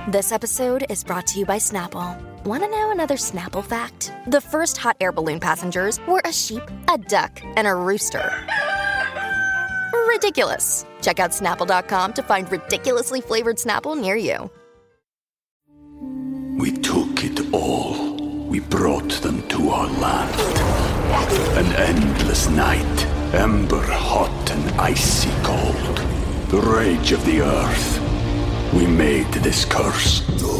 This episode is brought to you by Snapple. Want to know another Snapple fact? The first hot air balloon passengers were a sheep, a duck, and a rooster. Ridiculous. Check out Snapple.com to find ridiculously flavored Snapple near you. We took it all. We brought them to our land. An endless night, ember hot and icy cold. The rage of the earth. We made this curse.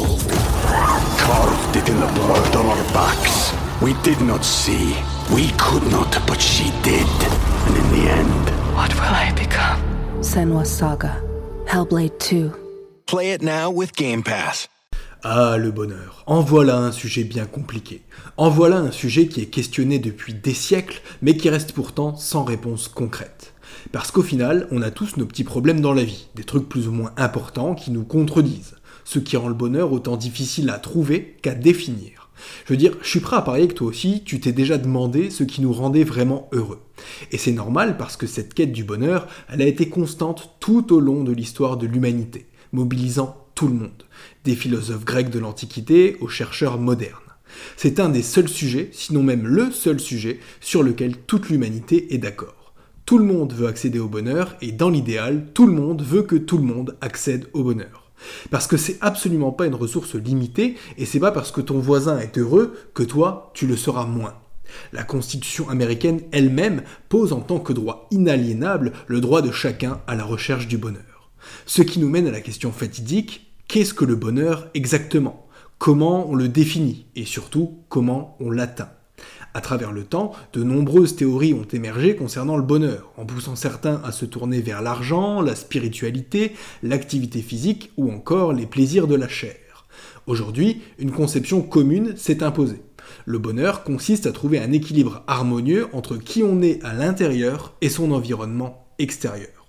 Carved it in the blood on our backs. We did not see. We could not, but she did. And in the end... What will I become? Senua's Saga. Hellblade 2. Play it now with Game Pass. Ah, le bonheur. En voilà un sujet bien compliqué. En voilà un sujet qui est questionné depuis des siècles, mais qui reste pourtant sans réponse concrète. Parce qu'au final, on a tous nos petits problèmes dans la vie, des trucs plus ou moins importants qui nous contredisent, ce qui rend le bonheur autant difficile à trouver qu'à définir. Je veux dire, je suis prêt à parier que toi aussi, tu t'es déjà demandé ce qui nous rendait vraiment heureux. Et c'est normal parce que cette quête du bonheur, elle a été constante tout au long de l'histoire de l'humanité, mobilisant tout le monde, des philosophes grecs de l'Antiquité aux chercheurs modernes. C'est un des seuls sujets, sinon même le seul sujet, sur lequel toute l'humanité est d'accord. Tout le monde veut accéder au bonheur, et dans l'idéal, tout le monde veut que tout le monde accède au bonheur. Parce que c'est absolument pas une ressource limitée, et c'est pas parce que ton voisin est heureux que toi, tu le seras moins. La Constitution américaine elle-même pose en tant que droit inaliénable le droit de chacun à la recherche du bonheur. Ce qui nous mène à la question fatidique, qu'est-ce que le bonheur exactement ? Comment on le définit ? Et surtout, comment on l'atteint ? À travers le temps, de nombreuses théories ont émergé concernant le bonheur, en poussant certains à se tourner vers l'argent, la spiritualité, l'activité physique ou encore les plaisirs de la chair. Aujourd'hui, une conception commune s'est imposée. Le bonheur consiste à trouver un équilibre harmonieux entre qui on est à l'intérieur et son environnement extérieur.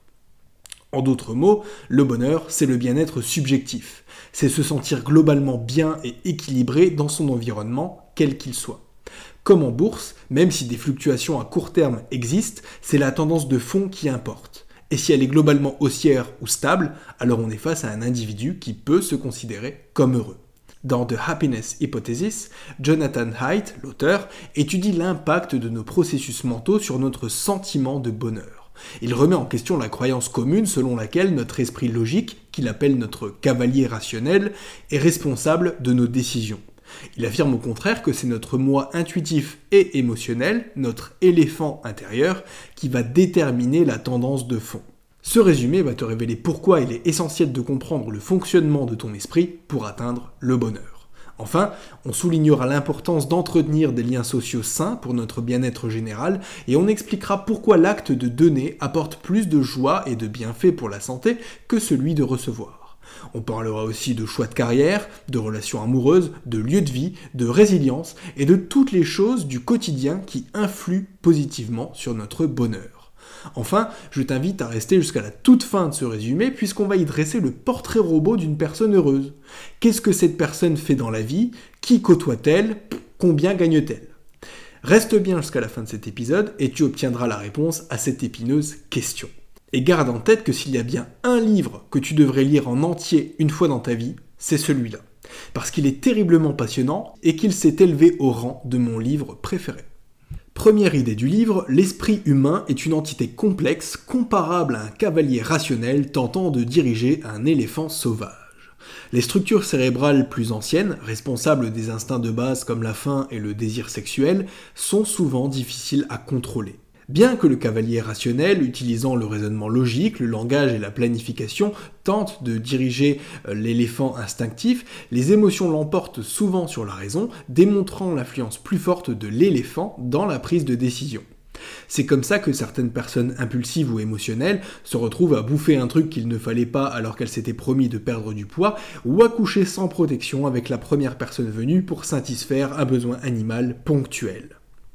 En d'autres mots, le bonheur, c'est le bien-être subjectif. C'est se sentir globalement bien et équilibré dans son environnement, quel qu'il soit. Comme en bourse, même si des fluctuations à court terme existent, c'est la tendance de fond qui importe. Et si elle est globalement haussière ou stable, alors on est face à un individu qui peut se considérer comme heureux. Dans The Happiness Hypothesis, Jonathan Haidt, l'auteur, étudie l'impact de nos processus mentaux sur notre sentiment de bonheur. Il remet en question la croyance commune selon laquelle notre esprit logique, qu'il appelle notre cavalier rationnel, est responsable de nos décisions. Il affirme au contraire que c'est notre moi intuitif et émotionnel, notre éléphant intérieur, qui va déterminer la tendance de fond. Ce résumé va te révéler pourquoi il est essentiel de comprendre le fonctionnement de ton esprit pour atteindre le bonheur. Enfin, on soulignera l'importance d'entretenir des liens sociaux sains pour notre bien-être général et on expliquera pourquoi l'acte de donner apporte plus de joie et de bienfaits pour la santé que celui de recevoir. On parlera aussi de choix de carrière, de relations amoureuses, de lieu de vie, de résilience et de toutes les choses du quotidien qui influent positivement sur notre bonheur. Enfin, je t'invite à rester jusqu'à la toute fin de ce résumé puisqu'on va y dresser le portrait robot d'une personne heureuse. Qu'est-ce que cette personne fait dans la vie ? Qui côtoie-t-elle ? Combien gagne-t-elle ? Reste bien jusqu'à la fin de cet épisode et tu obtiendras la réponse à cette épineuse question. Et garde en tête que s'il y a bien un livre que tu devrais lire en entier une fois dans ta vie, c'est celui-là. Parce qu'il est terriblement passionnant et qu'il s'est élevé au rang de mon livre préféré. Première idée du livre, l'esprit humain est une entité complexe comparable à un cavalier rationnel tentant de diriger un éléphant sauvage. Les structures cérébrales plus anciennes, responsables des instincts de base comme la faim et le désir sexuel, sont souvent difficiles à contrôler. Bien que le cavalier rationnel, utilisant le raisonnement logique, le langage et la planification, tente de diriger l'éléphant instinctif, les émotions l'emportent souvent sur la raison, démontrant l'influence plus forte de l'éléphant dans la prise de décision. C'est comme ça que certaines personnes impulsives ou émotionnelles se retrouvent à bouffer un truc qu'il ne fallait pas alors qu'elles s'étaient promis de perdre du poids, ou à coucher sans protection avec la première personne venue pour satisfaire un besoin animal ponctuel.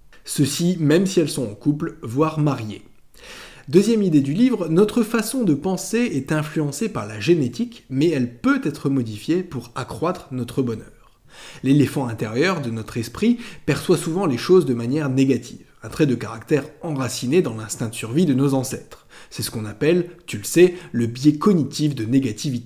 Ceci même si elles sont en couple, voire mariées. Deuxième idée du livre, notre façon de penser est influencée par la génétique, mais elle peut être modifiée pour accroître notre bonheur. L'éléphant intérieur de notre esprit perçoit souvent les choses de manière négative, un trait de caractère enraciné dans l'instinct de survie de nos ancêtres. C'est ce qu'on appelle, tu le sais, le biais cognitif de négativité.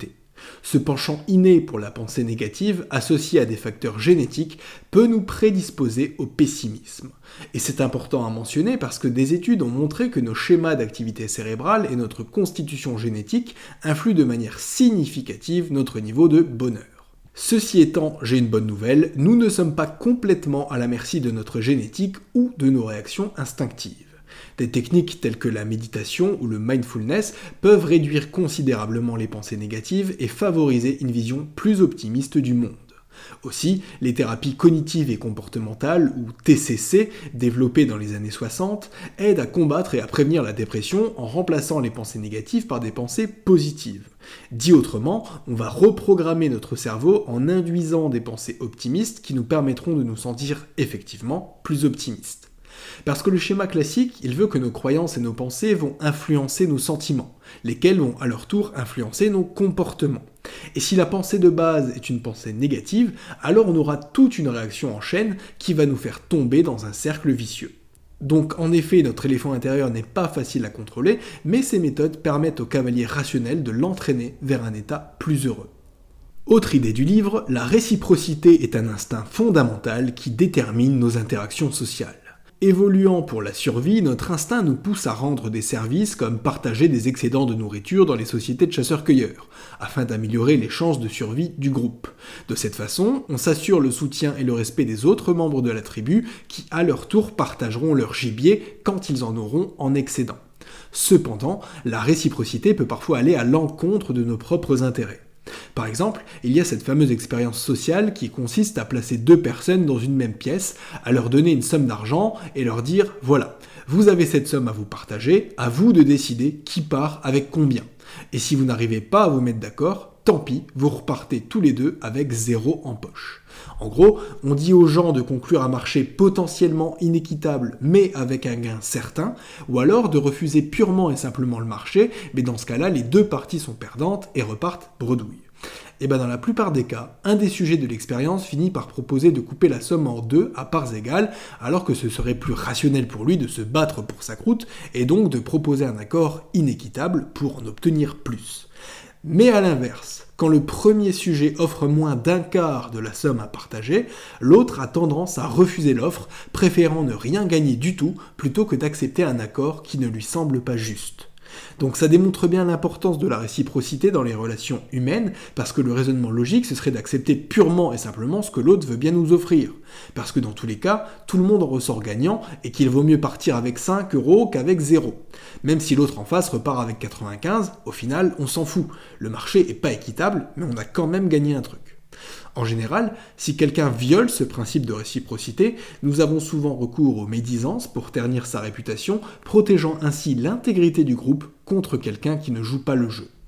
Ce penchant inné pour la pensée négative, associé à des facteurs génétiques, peut nous prédisposer au pessimisme. Et c'est important à mentionner parce que des études ont montré que nos schémas d'activité cérébrale et notre constitution génétique influent de manière significative notre niveau de bonheur. Ceci étant, j'ai une bonne nouvelle, nous ne sommes pas complètement à la merci de notre génétique ou de nos réactions instinctives. Des techniques telles que la méditation ou le mindfulness peuvent réduire considérablement les pensées négatives et favoriser une vision plus optimiste du monde. Aussi, les thérapies cognitives et comportementales, ou TCC, développées dans les années 60, aident à combattre et à prévenir la dépression en remplaçant les pensées négatives par des pensées positives. Dit autrement, on va reprogrammer notre cerveau en induisant des pensées optimistes qui nous permettront de nous sentir effectivement plus optimistes. Parce que le schéma classique, il veut que nos croyances et nos pensées vont influencer nos sentiments, lesquels vont à leur tour influencer nos comportements. Et si la pensée de base est une pensée négative, alors on aura toute une réaction en chaîne qui va nous faire tomber dans un cercle vicieux. Donc en effet, notre éléphant intérieur n'est pas facile à contrôler, mais ces méthodes permettent au cavalier rationnel de l'entraîner vers un état plus heureux. Autre idée du livre, la réciprocité est un instinct fondamental qui détermine nos interactions sociales. Évoluant pour la survie, notre instinct nous pousse à rendre des services comme partager des excédents de nourriture dans les sociétés de chasseurs-cueilleurs, afin d'améliorer les chances de survie du groupe. De cette façon, on s'assure le soutien et le respect des autres membres de la tribu qui, à leur tour, partageront leur gibier quand ils en auront en excédent. Cependant, la réciprocité peut parfois aller à l'encontre de nos propres intérêts. Par exemple, il y a cette fameuse expérience sociale qui consiste à placer deux personnes dans une même pièce, à leur donner une somme d'argent et leur dire « Voilà, vous avez cette somme à vous partager, à vous de décider qui part avec combien. Et si vous n'arrivez pas à vous mettre d'accord, tant pis, vous repartez tous les deux avec 0 en poche. » En gros, on dit aux gens de conclure un marché potentiellement inéquitable mais avec un gain certain, ou alors de refuser purement et simplement le marché, mais dans ce cas-là, les deux parties sont perdantes et repartent bredouille. Et dans la plupart des cas, un des sujets de l'expérience finit par proposer de couper la somme en deux à parts égales, alors que ce serait plus rationnel pour lui de se battre pour sa croûte, et donc de proposer un accord inéquitable pour en obtenir plus. Mais à l'inverse, quand le premier sujet offre moins d'un quart de la somme à partager, l'autre a tendance à refuser l'offre, préférant ne rien gagner du tout plutôt que d'accepter un accord qui ne lui semble pas juste. Donc ça démontre bien l'importance de la réciprocité dans les relations humaines, parce que le raisonnement logique, ce serait d'accepter purement et simplement ce que l'autre veut bien nous offrir. Parce que dans tous les cas, tout le monde en ressort gagnant, et qu'il vaut mieux partir avec 5 € qu'avec 0. Même si l'autre en face repart avec 95, au final, on s'en fout. Le marché est pas équitable, mais on a quand même gagné un truc. En général, si quelqu'un viole ce principe de réciprocité, nous avons souvent recours aux médisances pour ternir sa réputation, protégeant ainsi l'intégrité du groupe contre quelqu'un qui ne joue pas le jeu.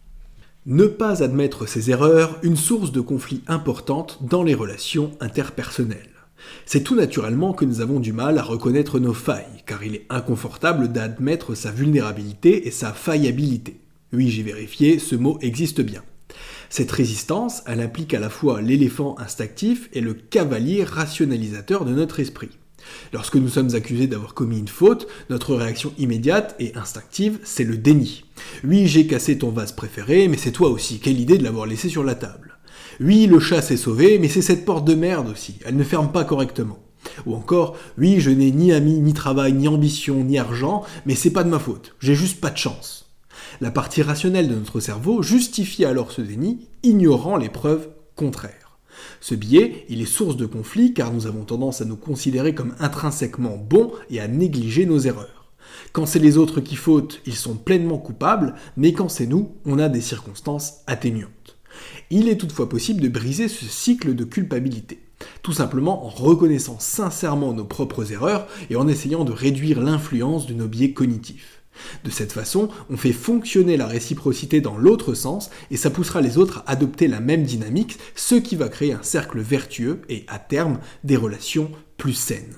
Ne pas admettre ses erreurs, une source de conflit importante dans les relations interpersonnelles. C'est tout naturellement que nous avons du mal à reconnaître nos failles, car il est inconfortable d'admettre sa vulnérabilité et sa faillibilité. Oui, j'ai vérifié, ce mot existe bien. Cette résistance, elle implique à la fois l'éléphant instinctif et le cavalier rationalisateur de notre esprit. Lorsque nous sommes accusés d'avoir commis une faute, notre réaction immédiate et instinctive, c'est le déni. Oui, j'ai cassé ton vase préféré, mais c'est toi aussi, quelle idée de l'avoir laissé sur la table. Oui, le chat s'est sauvé, mais c'est cette porte de merde aussi, elle ne ferme pas correctement. Ou encore, oui, je n'ai ni amis, ni travail, ni ambition, ni argent, mais c'est pas de ma faute, j'ai juste pas de chance. La partie rationnelle de notre cerveau justifie alors ce déni, ignorant les preuves contraires. Ce biais, il est source de conflit car nous avons tendance à nous considérer comme intrinsèquement bons et à négliger nos erreurs. Quand c'est les autres qui fautent, ils sont pleinement coupables, mais quand c'est nous, on a des circonstances atténuantes. Il est toutefois possible de briser ce cycle de culpabilité, tout simplement en reconnaissant sincèrement nos propres erreurs et en essayant de réduire l'influence de nos biais cognitifs. De cette façon, on fait fonctionner la réciprocité dans l'autre sens et ça poussera les autres à adopter la même dynamique, ce qui va créer un cercle vertueux et, à terme, des relations plus saines.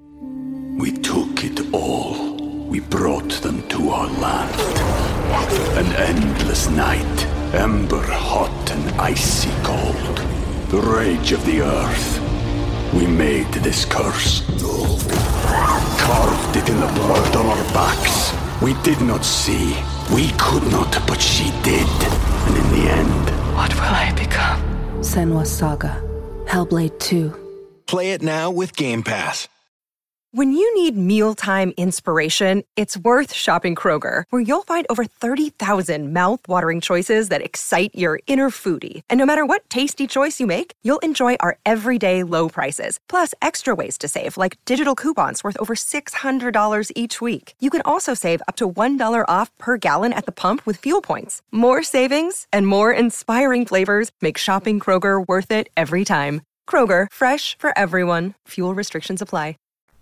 We took it all. We brought them to our land. An endless night, ember hot and icy cold. The rage of the earth. We made this curse. Carved it in the blood on our backs. We did not see, we could not, but she did. And in the end, What will I become? Senua's Saga. Hellblade 2. Play it now with Game Pass. When you need mealtime inspiration, it's worth shopping Kroger, where you'll find over 30,000 mouth-watering choices that excite your inner foodie. And no matter what tasty choice you make, you'll enjoy our everyday low prices, plus extra ways to save, like digital coupons worth over $600 each week. You can also save up to $1 off per gallon at the pump with fuel points. More savings and more inspiring flavors make shopping Kroger worth it every time. Kroger, fresh for everyone. Fuel restrictions apply.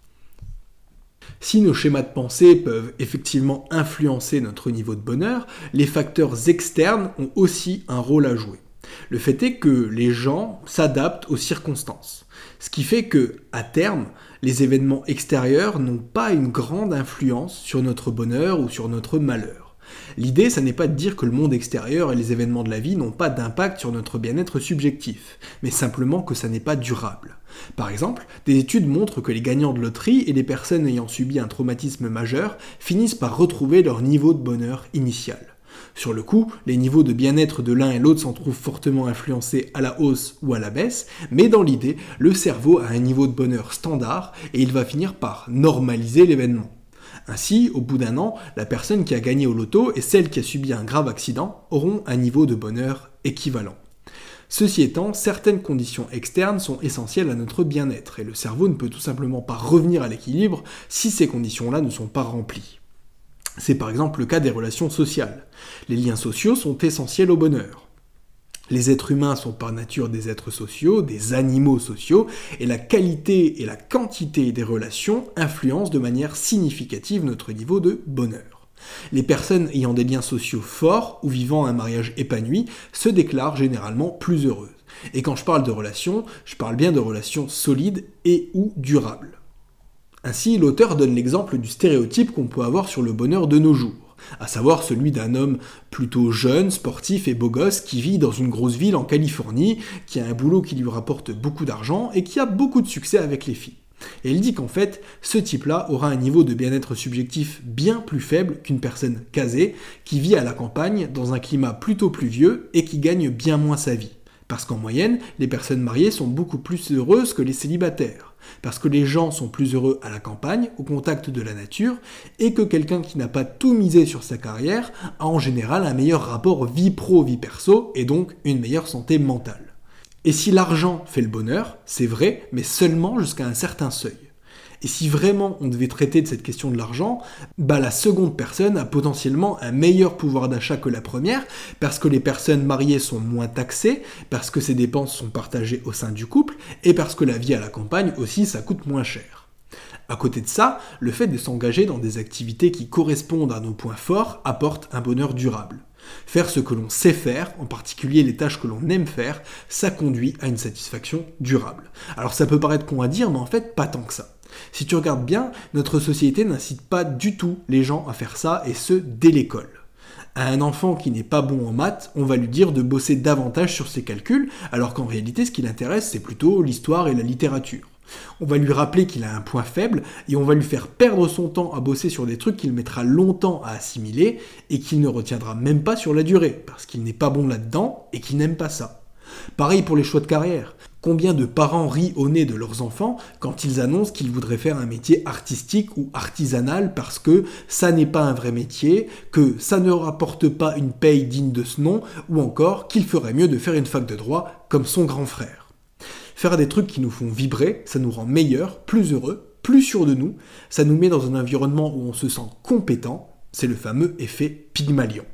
Si nos schémas de pensée peuvent effectivement influencer notre niveau de bonheur, les facteurs externes ont aussi un rôle à jouer. Le fait est que les gens s'adaptent aux circonstances, ce qui fait que, à terme, les événements extérieurs n'ont pas une grande influence sur notre bonheur ou sur notre malheur. L'idée, ça n'est pas de dire que le monde extérieur et les événements de la vie n'ont pas d'impact sur notre bien-être subjectif, mais simplement que ça n'est pas durable. Par exemple, des études montrent que les gagnants de loterie et les personnes ayant subi un traumatisme majeur finissent par retrouver leur niveau de bonheur initial. Sur le coup, les niveaux de bien-être de l'un et l'autre s'en trouvent fortement influencés à la hausse ou à la baisse, mais dans l'idée, le cerveau a un niveau de bonheur standard et il va finir par normaliser l'événement. Ainsi, au bout d'un an, la personne qui a gagné au loto et celle qui a subi un grave accident auront un niveau de bonheur équivalent. Ceci étant, certaines conditions externes sont essentielles à notre bien-être et le cerveau ne peut tout simplement pas revenir à l'équilibre si ces conditions-là ne sont pas remplies. C'est par exemple le cas des relations sociales. Les liens sociaux sont essentiels au bonheur. Les êtres humains sont par nature des êtres sociaux, des animaux sociaux, et la qualité et la quantité des relations influencent de manière significative notre niveau de bonheur. Les personnes ayant des liens sociaux forts ou vivant un mariage épanoui se déclarent généralement plus heureuses. Et quand je parle de relations, je parle bien de relations solides et ou durables. Ainsi, l'auteur donne l'exemple du stéréotype qu'on peut avoir sur le bonheur de nos jours, à savoir celui d'un homme plutôt jeune, sportif et beau gosse qui vit dans une grosse ville en Californie, qui a un boulot qui lui rapporte beaucoup d'argent et qui a beaucoup de succès avec les filles. Et il dit qu'en fait, ce type-là aura un niveau de bien-être subjectif bien plus faible qu'une personne casée qui vit à la campagne dans un climat plutôt pluvieux et qui gagne bien moins sa vie. Parce qu'en moyenne, les personnes mariées sont beaucoup plus heureuses que les célibataires. Parce que les gens sont plus heureux à la campagne, au contact de la nature, et que quelqu'un qui n'a pas tout misé sur sa carrière a en général un meilleur rapport vie pro-vie perso, et donc une meilleure santé mentale. Et si l'argent fait le bonheur, c'est vrai, mais seulement jusqu'à un certain seuil. Et si vraiment on devait traiter de cette question de l'argent, la seconde personne a potentiellement un meilleur pouvoir d'achat que la première, parce que les personnes mariées sont moins taxées, parce que ces dépenses sont partagées au sein du couple, et parce que la vie à la campagne aussi, ça coûte moins cher. À côté de ça, le fait de s'engager dans des activités qui correspondent à nos points forts apporte un bonheur durable. Faire ce que l'on sait faire, en particulier les tâches que l'on aime faire, ça conduit à une satisfaction durable. Alors ça peut paraître con à dire, mais en fait pas tant que ça. Si tu regardes bien, notre société n'incite pas du tout les gens à faire ça, et ce, dès l'école. À un enfant qui n'est pas bon en maths, on va lui dire de bosser davantage sur ses calculs, alors qu'en réalité, ce qui l'intéresse, c'est plutôt l'histoire et la littérature. On va lui rappeler qu'il a un point faible, et on va lui faire perdre son temps à bosser sur des trucs qu'il mettra longtemps à assimiler, et qu'il ne retiendra même pas sur la durée, parce qu'il n'est pas bon là-dedans, et qu'il n'aime pas ça. Pareil pour les choix de carrière. Combien de parents rient au nez de leurs enfants quand ils annoncent qu'ils voudraient faire un métier artistique ou artisanal parce que ça n'est pas un vrai métier, que ça ne rapporte pas une paye digne de ce nom, ou encore qu'il ferait mieux de faire une fac de droit comme son grand frère. Faire des trucs qui nous font vibrer, ça nous rend meilleurs, plus heureux, plus sûrs de nous, ça nous met dans un environnement où on se sent compétent, c'est le fameux effet Pygmalion.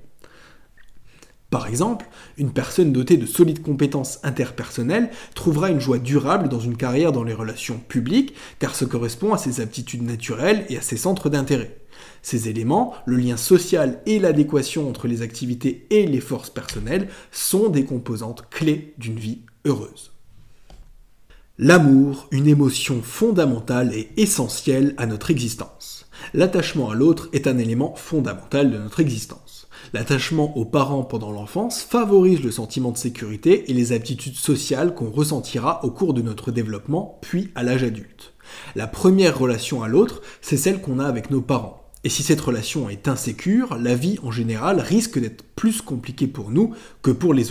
Par exemple, une personne dotée de solides compétences interpersonnelles trouvera une joie durable dans une carrière dans les relations publiques, car ça correspond à ses aptitudes naturelles et à ses centres d'intérêt. Ces éléments, le lien social et l'adéquation entre les activités et les forces personnelles, sont des composantes clés d'une vie heureuse. L'amour, une émotion fondamentale et essentielle à notre existence. L'attachement à l'autre est un élément fondamental de notre existence. L'attachement aux parents pendant l'enfance favorise le sentiment de sécurité et les aptitudes sociales qu'on ressentira au cours de notre développement, puis à l'âge adulte. La première relation à l'autre, c'est celle qu'on a avec nos parents. Et si cette relation est insécure, la vie en général risque d'être plus compliquée pour nous que pour les autres.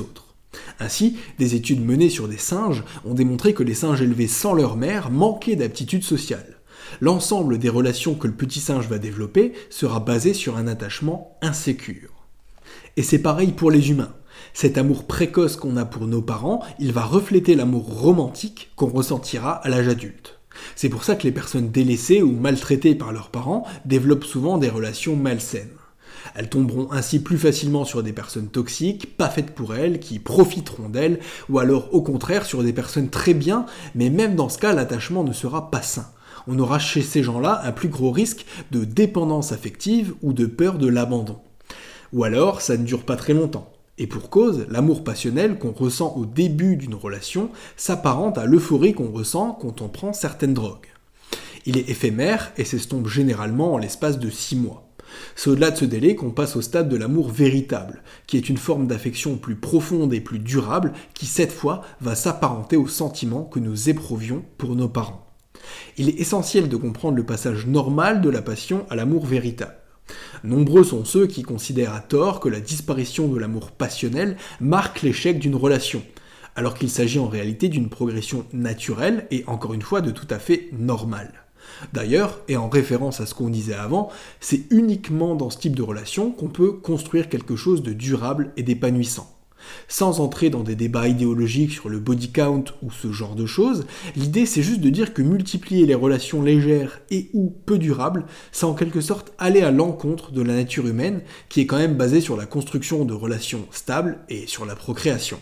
Ainsi, des études menées sur des singes ont démontré que les singes élevés sans leur mère manquaient d'aptitude sociale. L'ensemble des relations que le petit singe va développer sera basé sur un attachement insécure. Et c'est pareil pour les humains. Cet amour précoce qu'on a pour nos parents, il va refléter l'amour romantique qu'on ressentira à l'âge adulte. C'est pour ça que les personnes délaissées ou maltraitées par leurs parents développent souvent des relations malsaines. Elles tomberont ainsi plus facilement sur des personnes toxiques, pas faites pour elles, qui profiteront d'elles, ou alors au contraire sur des personnes très bien, mais même dans ce cas, l'attachement ne sera pas sain. On aura chez ces gens-là un plus gros risque de dépendance affective ou de peur de l'abandon. Ou alors, ça ne dure pas très longtemps. Et pour cause, l'amour passionnel qu'on ressent au début d'une relation s'apparente à l'euphorie qu'on ressent quand on prend certaines drogues. Il est éphémère et s'estompe généralement en l'espace de 6 mois. C'est au-delà de ce délai qu'on passe au stade de l'amour véritable, qui est une forme d'affection plus profonde et plus durable, qui cette fois va s'apparenter aux sentiments que nous éprouvions pour nos parents. Il est essentiel de comprendre le passage normal de la passion à l'amour véritable. Nombreux sont ceux qui considèrent à tort que la disparition de l'amour passionnel marque l'échec d'une relation, alors qu'il s'agit en réalité d'une progression naturelle et encore une fois de tout à fait normale. D'ailleurs, et en référence à ce qu'on disait avant, c'est uniquement dans ce type de relation qu'on peut construire quelque chose de durable et d'épanouissant. Sans entrer dans des débats idéologiques sur le body count ou ce genre de choses, l'idée c'est juste de dire que multiplier les relations légères et ou peu durables, c'est en quelque sorte aller à l'encontre de la nature humaine qui est quand même basée sur la construction de relations stables et sur la procréation.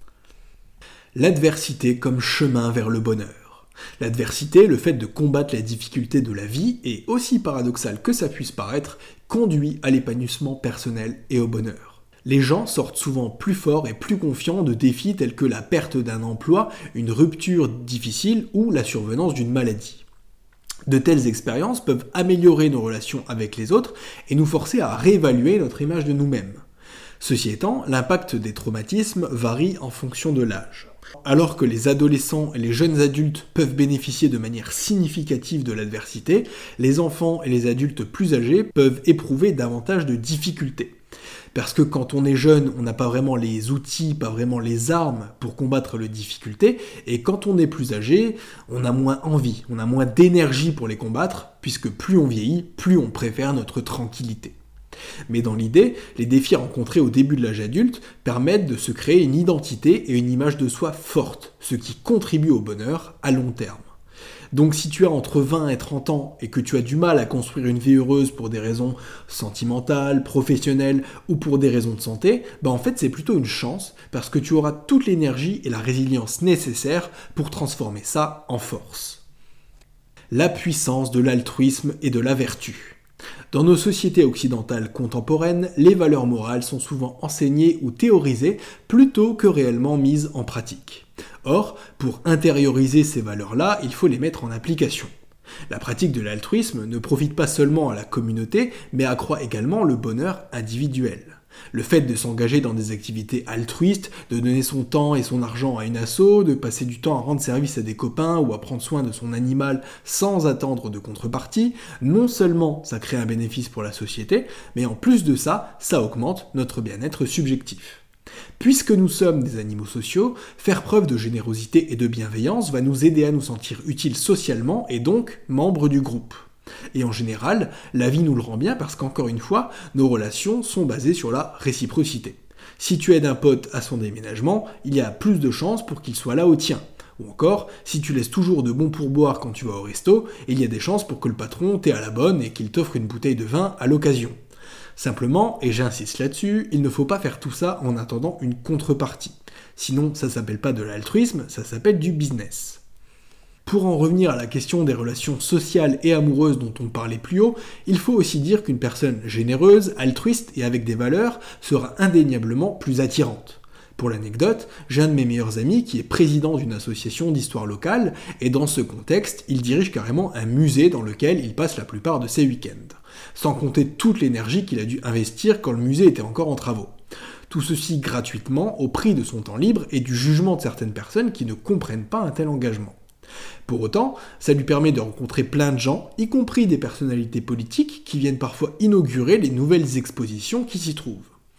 L'adversité comme chemin vers le bonheur. L'adversité, le fait de combattre la difficulté de la vie, et aussi paradoxal que ça puisse paraître, conduit à l'épanouissement personnel et au bonheur. Les gens sortent souvent plus forts et plus confiants de défis tels que la perte d'un emploi, une rupture difficile ou la survenance d'une maladie. De telles expériences peuvent améliorer nos relations avec les autres et nous forcer à réévaluer notre image de nous-mêmes. Ceci étant, l'impact des traumatismes varie en fonction de l'âge. Alors que les adolescents et les jeunes adultes peuvent bénéficier de manière significative de l'adversité, les enfants et les adultes plus âgés peuvent éprouver davantage de difficultés. Parce que quand on est jeune, on n'a pas vraiment les outils, pas vraiment les armes pour combattre les difficultés, et quand on est plus âgé, on a moins envie, on a moins d'énergie pour les combattre, puisque plus on vieillit, plus on préfère notre tranquillité. Mais dans l'idée, les défis rencontrés au début de l'âge adulte permettent de se créer une identité et une image de soi forte, ce qui contribue au bonheur à long terme. Donc si tu as entre 20 et 30 ans et que tu as du mal à construire une vie heureuse pour des raisons sentimentales, professionnelles ou pour des raisons de santé, en fait c'est plutôt une chance parce que tu auras toute l'énergie et la résilience nécessaires pour transformer ça en force. La puissance de l'altruisme et de la vertu. Dans nos sociétés occidentales contemporaines, les valeurs morales sont souvent enseignées ou théorisées plutôt que réellement mises en pratique. Or, pour intérioriser ces valeurs-là, il faut les mettre en application. La pratique de l'altruisme ne profite pas seulement à la communauté, mais accroît également le bonheur individuel. Le fait de s'engager dans des activités altruistes, de donner son temps et son argent à une asso, de passer du temps à rendre service à des copains ou à prendre soin de son animal sans attendre de contrepartie, non seulement ça crée un bénéfice pour la société, mais en plus de ça, ça augmente notre bien-être subjectif. Puisque nous sommes des animaux sociaux, faire preuve de générosité et de bienveillance va nous aider à nous sentir utiles socialement et donc membres du groupe. Et en général, la vie nous le rend bien parce qu'encore une fois, nos relations sont basées sur la réciprocité. Si tu aides un pote à son déménagement, il y a plus de chances pour qu'il soit là au tien. Ou encore, si tu laisses toujours de bons pourboires quand tu vas au resto, il y a des chances pour que le patron t'ait à la bonne et qu'il t'offre une bouteille de vin à l'occasion. Simplement, et j'insiste là-dessus, il ne faut pas faire tout ça en attendant une contrepartie. Sinon, ça s'appelle pas de l'altruisme, ça s'appelle du business. Pour en revenir à la question des relations sociales et amoureuses dont on parlait plus haut, il faut aussi dire qu'une personne généreuse, altruiste et avec des valeurs sera indéniablement plus attirante. Pour l'anecdote, j'ai un de mes meilleurs amis qui est président d'une association d'histoire locale, et dans ce contexte, il dirige carrément un musée dans lequel il passe la plupart de ses week-ends. Sans compter toute l'énergie qu'il a dû investir quand le musée était encore en travaux. Tout ceci gratuitement au prix de son temps libre et du jugement de certaines personnes qui ne comprennent pas un tel engagement. Pour autant, ça lui permet de rencontrer plein de gens, y compris des personnalités politiques qui viennent parfois inaugurer les nouvelles expositions qui s'y trouvent.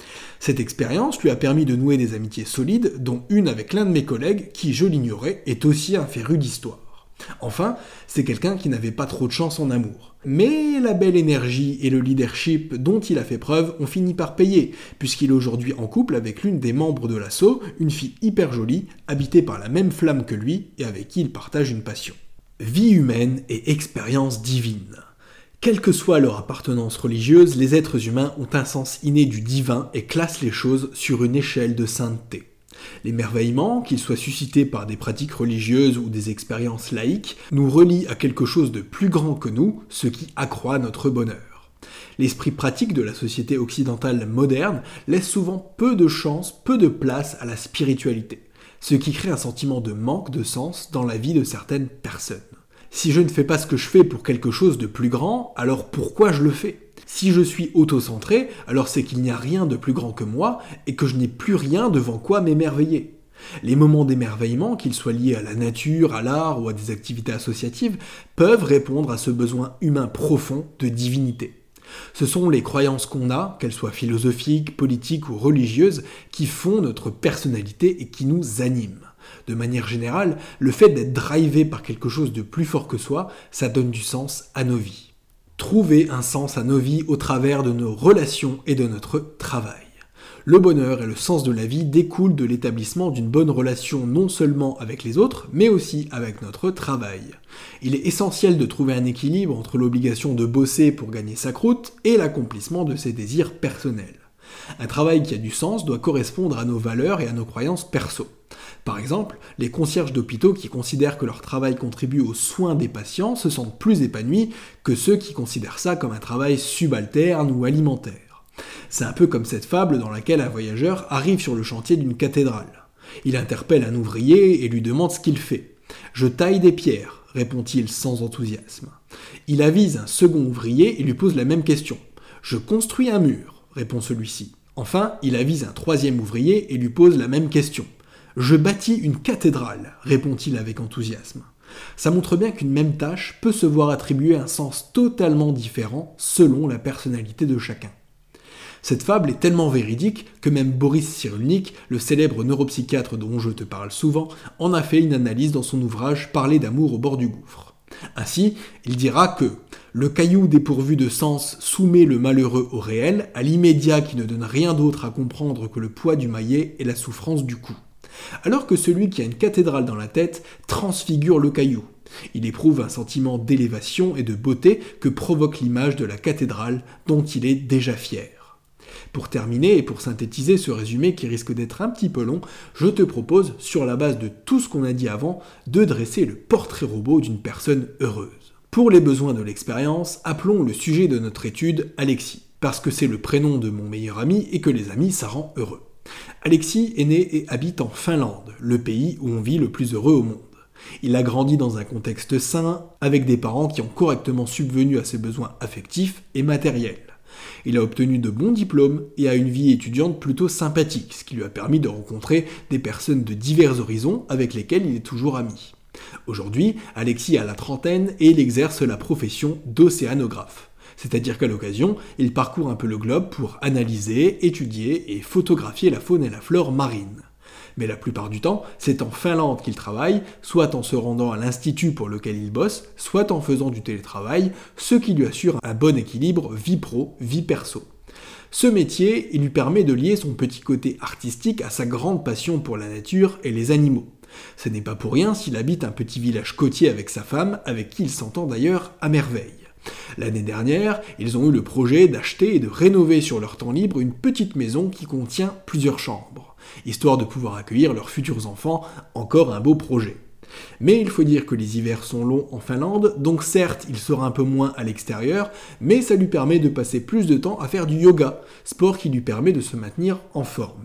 Cette expérience lui a permis de nouer des amitiés solides, dont une avec l'un de mes collègues qui, je l'ignorais, est aussi un féru d'histoire. Enfin, c'est quelqu'un qui n'avait pas trop de chance en amour. Mais la belle énergie et le leadership dont il a fait preuve ont fini par payer, puisqu'il est aujourd'hui en couple avec l'une des membres de l'assaut, une fille hyper jolie, habitée par la même flamme que lui et avec qui il partage une passion. Vie humaine et expérience divine. Quelle que soit leur appartenance religieuse, les êtres humains ont un sens inné du divin et classent les choses sur une échelle de sainteté. L'émerveillement, qu'il soit suscité par des pratiques religieuses ou des expériences laïques, nous relie à quelque chose de plus grand que nous, ce qui accroît notre bonheur. L'esprit pratique de la société occidentale moderne laisse souvent peu de chance, peu de place à la spiritualité, ce qui crée un sentiment de manque de sens dans la vie de certaines personnes. Si je ne fais pas ce que je fais pour quelque chose de plus grand, alors pourquoi je le fais ? Si je suis auto-centré, alors c'est qu'il n'y a rien de plus grand que moi et que je n'ai plus rien devant quoi m'émerveiller. Les moments d'émerveillement, qu'ils soient liés à la nature, à l'art ou à des activités associatives, peuvent répondre à ce besoin humain profond de divinité. Ce sont les croyances qu'on a, qu'elles soient philosophiques, politiques ou religieuses, qui font notre personnalité et qui nous animent. De manière générale, le fait d'être drivé par quelque chose de plus fort que soi, ça donne du sens à nos vies. Trouver un sens à nos vies au travers de nos relations et de notre travail. Le bonheur et le sens de la vie découlent de l'établissement d'une bonne relation non seulement avec les autres, mais aussi avec notre travail. Il est essentiel de trouver un équilibre entre l'obligation de bosser pour gagner sa croûte et l'accomplissement de ses désirs personnels. Un travail qui a du sens doit correspondre à nos valeurs et à nos croyances perso. Par exemple, les concierges d'hôpitaux qui considèrent que leur travail contribue aux soins des patients se sentent plus épanouis que ceux qui considèrent ça comme un travail subalterne ou alimentaire. C'est un peu comme cette fable dans laquelle un voyageur arrive sur le chantier d'une cathédrale. Il interpelle un ouvrier et lui demande ce qu'il fait. « Je taille des pierres », répond-il sans enthousiasme. Il avise un second ouvrier et lui pose la même question. « Je construis un mur », répond celui-ci. Enfin, il avise un troisième ouvrier et lui pose la même question. « Je bâtis une cathédrale », répond-il avec enthousiasme. Ça montre bien qu'une même tâche peut se voir attribuer un sens totalement différent selon la personnalité de chacun. Cette fable est tellement véridique que même Boris Cyrulnik, le célèbre neuropsychiatre dont je te parle souvent, en a fait une analyse dans son ouvrage « Parler d'amour au bord du gouffre ». Ainsi, il dira que « le caillou dépourvu de sens soumet le malheureux au réel, à l'immédiat qui ne donne rien d'autre à comprendre que le poids du maillet et la souffrance du coup. Alors que celui qui a une cathédrale dans la tête transfigure le caillou. Il éprouve un sentiment d'élévation et de beauté que provoque l'image de la cathédrale dont il est déjà fier. » Pour terminer et pour synthétiser ce résumé qui risque d'être un petit peu long, je te propose, sur la base de tout ce qu'on a dit avant, de dresser le portrait robot d'une personne heureuse. Pour les besoins de l'expérience, appelons le sujet de notre étude Alexis, parce que c'est le prénom de mon meilleur ami et que les amis, ça rend heureux. Alexis est né et habite en Finlande, le pays où on vit le plus heureux au monde. Il a grandi dans un contexte sain, avec des parents qui ont correctement subvenu à ses besoins affectifs et matériels. Il a obtenu de bons diplômes et a une vie étudiante plutôt sympathique, ce qui lui a permis de rencontrer des personnes de divers horizons avec lesquelles il est toujours ami. Aujourd'hui, Alexis a la trentaine et il exerce la profession d'océanographe. C'est-à-dire qu'à l'occasion, il parcourt un peu le globe pour analyser, étudier et photographier la faune et la flore marine. Mais la plupart du temps, c'est en Finlande qu'il travaille, soit en se rendant à l'institut pour lequel il bosse, soit en faisant du télétravail, ce qui lui assure un bon équilibre vie pro, vie perso. Ce métier, il lui permet de lier son petit côté artistique à sa grande passion pour la nature et les animaux. Ce n'est pas pour rien s'il habite un petit village côtier avec sa femme, avec qui il s'entend d'ailleurs à merveille. L'année dernière, ils ont eu le projet d'acheter et de rénover sur leur temps libre une petite maison qui contient plusieurs chambres, histoire de pouvoir accueillir leurs futurs enfants, encore un beau projet. Mais il faut dire que les hivers sont longs en Finlande, donc certes il sera un peu moins à l'extérieur, mais ça lui permet de passer plus de temps à faire du yoga, sport qui lui permet de se maintenir en forme.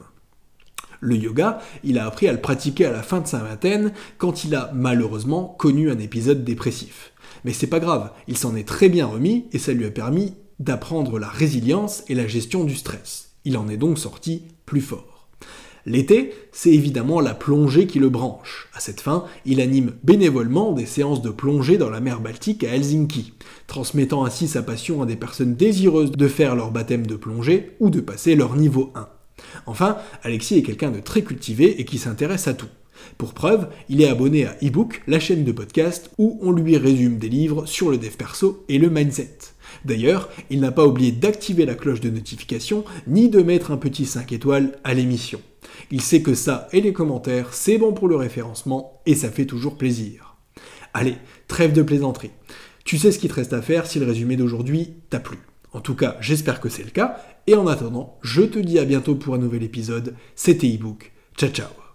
Le yoga, il a appris à le pratiquer à la fin de sa vingtaine, quand il a malheureusement connu un épisode dépressif. Mais c'est pas grave, il s'en est très bien remis et ça lui a permis d'apprendre la résilience et la gestion du stress. Il en est donc sorti plus fort. L'été, c'est évidemment la plongée qui le branche. À cette fin, il anime bénévolement des séances de plongée dans la mer Baltique à Helsinki, transmettant ainsi sa passion à des personnes désireuses de faire leur baptême de plongée ou de passer leur niveau 1. Enfin, Alexis est quelqu'un de très cultivé et qui s'intéresse à tout. Pour preuve, il est abonné à eBook, la chaîne de podcast où on lui résume des livres sur le dev perso et le mindset. D'ailleurs, il n'a pas oublié d'activer la cloche de notification ni de mettre un petit 5 étoiles à l'émission. Il sait que ça et les commentaires, c'est bon pour le référencement et ça fait toujours plaisir. Allez, trêve de plaisanterie. Tu sais ce qu'il te reste à faire si le résumé d'aujourd'hui t'a plu. En tout cas, j'espère que c'est le cas, et en attendant, je te dis à bientôt pour un nouvel épisode. C'était eBook. Ciao ciao.